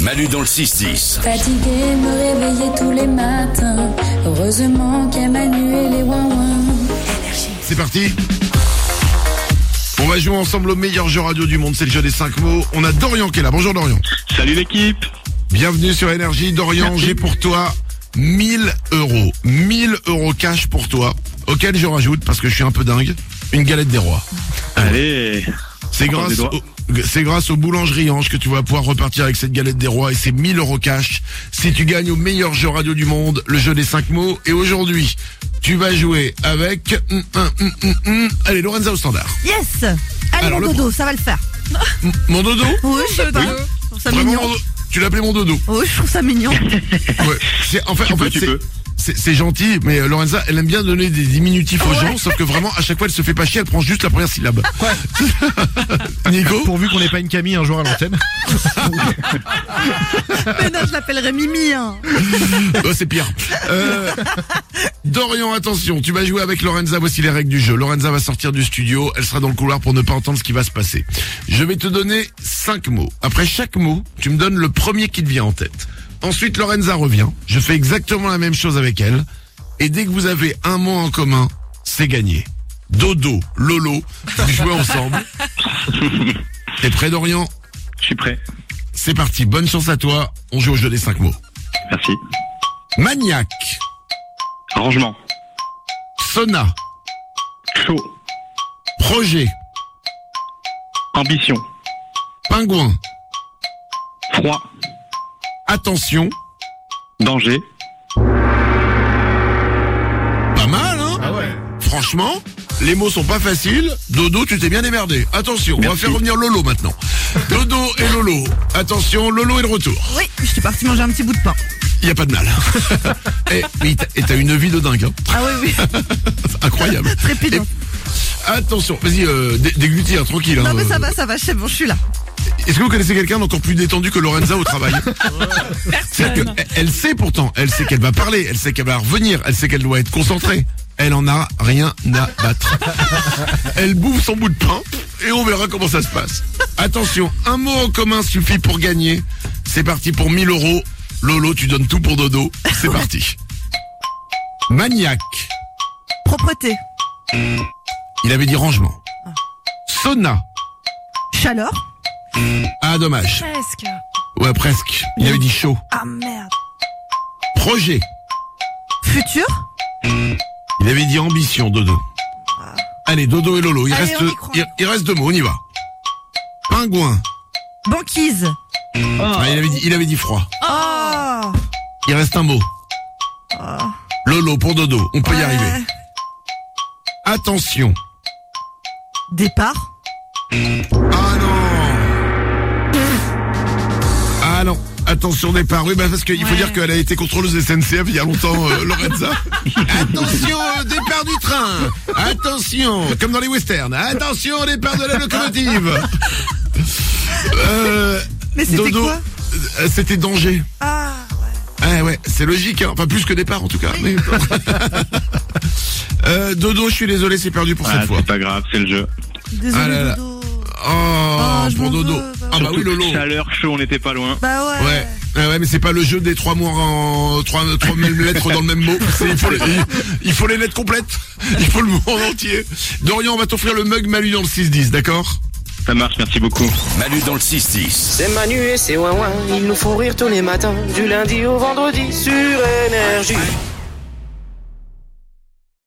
Manu dans le 6-10. Fatigué, me réveiller tous les matins. Heureusement qu'il y a Manu et les ouin-ouin. C'est parti. On va jouer ensemble au meilleur jeu radio du monde, c'est le jeu des 5 mots. On a Dorian qui est là. Bonjour Dorian. Salut l'équipe. Bienvenue sur Énergie. Dorian, Merci. j'ai pour toi 1000 euros. 1000 euros cash pour toi, auquel je rajoute, parce que je suis un peu dingue, une galette des rois. Allez. C'est grâce aux boulangeries Ange que tu vas pouvoir repartir avec cette galette des rois et c'est 1000 euros cash si tu gagnes au meilleur jeu radio du monde, le jeu des 5 mots. Et aujourd'hui, tu vas jouer avec... Allez, Lorenza au standard. Yes. Allez, Alors, mon dodo, ça va le faire. Mon dodo? Oui, je sais pas. Je trouve ça Vraiment, mignon. tu l'appelais mon dodo? Oui, je trouve ça mignon. Ouais. Tu peux. C'est gentil, mais Lorenza, elle aime bien donner des diminutifs aux gens, sauf que vraiment, à chaque fois, elle se fait pas chier, elle prend juste la première syllabe. Nico? Pourvu qu'on n'ait pas une Camille un jour à l'antenne. Mais non, je l'appellerai Mimi. Hein. Oh, c'est pire. Dorian, attention, tu vas jouer avec Lorenza, voici les règles du jeu. Lorenza va sortir du studio, elle sera dans le couloir pour ne pas entendre ce qui va se passer. Je vais te donner 5 mots. Après chaque mot, tu me donnes le premier qui te vient en tête. Ensuite, Lorenza revient. Je fais exactement la même chose avec elle. Et dès que vous avez un mot en commun, c'est gagné. Dodo, Lolo, vous jouez ensemble. T'es prêt, Dorian? Je suis prêt. C'est parti, bonne chance à toi. On joue au jeu des 5 mots. Merci. Maniaque, Rangement. sauna, Chaud. projet, Ambition. pingouin, Froid. attention. Danger. Pas mal, hein? Ah ouais. Franchement, les mots sont pas faciles. Dodo, tu t'es bien démerdé. Attention, on va Merci. faire revenir Lolo maintenant. Dodo et Lolo. Attention, Lolo est de retour. Oui, je suis partie manger un petit bout de pain. Il y a pas de mal. Et t'as une vie de dingue, hein. Ah oui, oui. C'est incroyable. Trépidant. Et- attention, vas-y, déglutir, tranquille. Non, hein. mais ça va, c'est bon, je suis là. Est-ce que vous connaissez quelqu'un d'encore plus détendu que Lorenza au travail? C'est-à-dire que elle sait pourtant, elle sait qu'elle va parler, elle sait qu'elle va revenir, elle sait qu'elle doit être concentrée. Elle en a rien à battre. Elle bouffe son bout de pain et on verra comment ça se passe. Attention, un mot en commun suffit pour gagner. C'est parti pour 1000 euros. Lolo, tu donnes tout pour Dodo. C'est parti. Maniaque. Propreté. Il avait dit rangement. Sauna. Chaleur. Ah, dommage. Presque. Ouais, presque. Il avait dit chaud. Ah merde. Projet. Futur. Il avait dit ambition, Dodo. Allez, Dodo et Lolo, Allez, on y croit. il reste 2 mots, on y va. Pingouin. Banquise. Ah, il avait dit froid. Oh. Il reste un mot. Lolo pour Dodo, on peut y Ouais. arriver. Attention. Départ. Ah non. Ah non. Attention départ. Oui, bah parce qu'il faut dire qu'elle a été contrôleuse SNCF il y a longtemps, Lorenza. Attention, départ du train. Attention, comme dans les westerns. Attention, départ de la locomotive. Mais c'était Dodo, quoi? C'était danger. Ah ouais. Ouais, c'est logique, hein. Enfin plus que départ en tout cas. Mais... Dodo, je suis désolé, c'est perdu pour cette fois. C'est pas grave, c'est le jeu. Désolé, Ah là là. Dodo. Oh, je pour m'en Dodo. veux, Ah bah oui, Surtout Lolo. Chaleur, chaud, on n'était pas loin. Bah ouais. Ouais. Ah ouais, mais c'est pas le jeu des 3 mots en 3 mêmes lettres dans le même mot. Il faut les lettres complètes. Il faut le mot en entier. Dorian, on va t'offrir le mug Manu dans le 6-10, d'accord? Ça marche, merci beaucoup. Manu dans le 6-10. C'est Manu et c'est Ouin-Ouin, ils nous font rire tous les matins, du lundi au vendredi sur Énergie.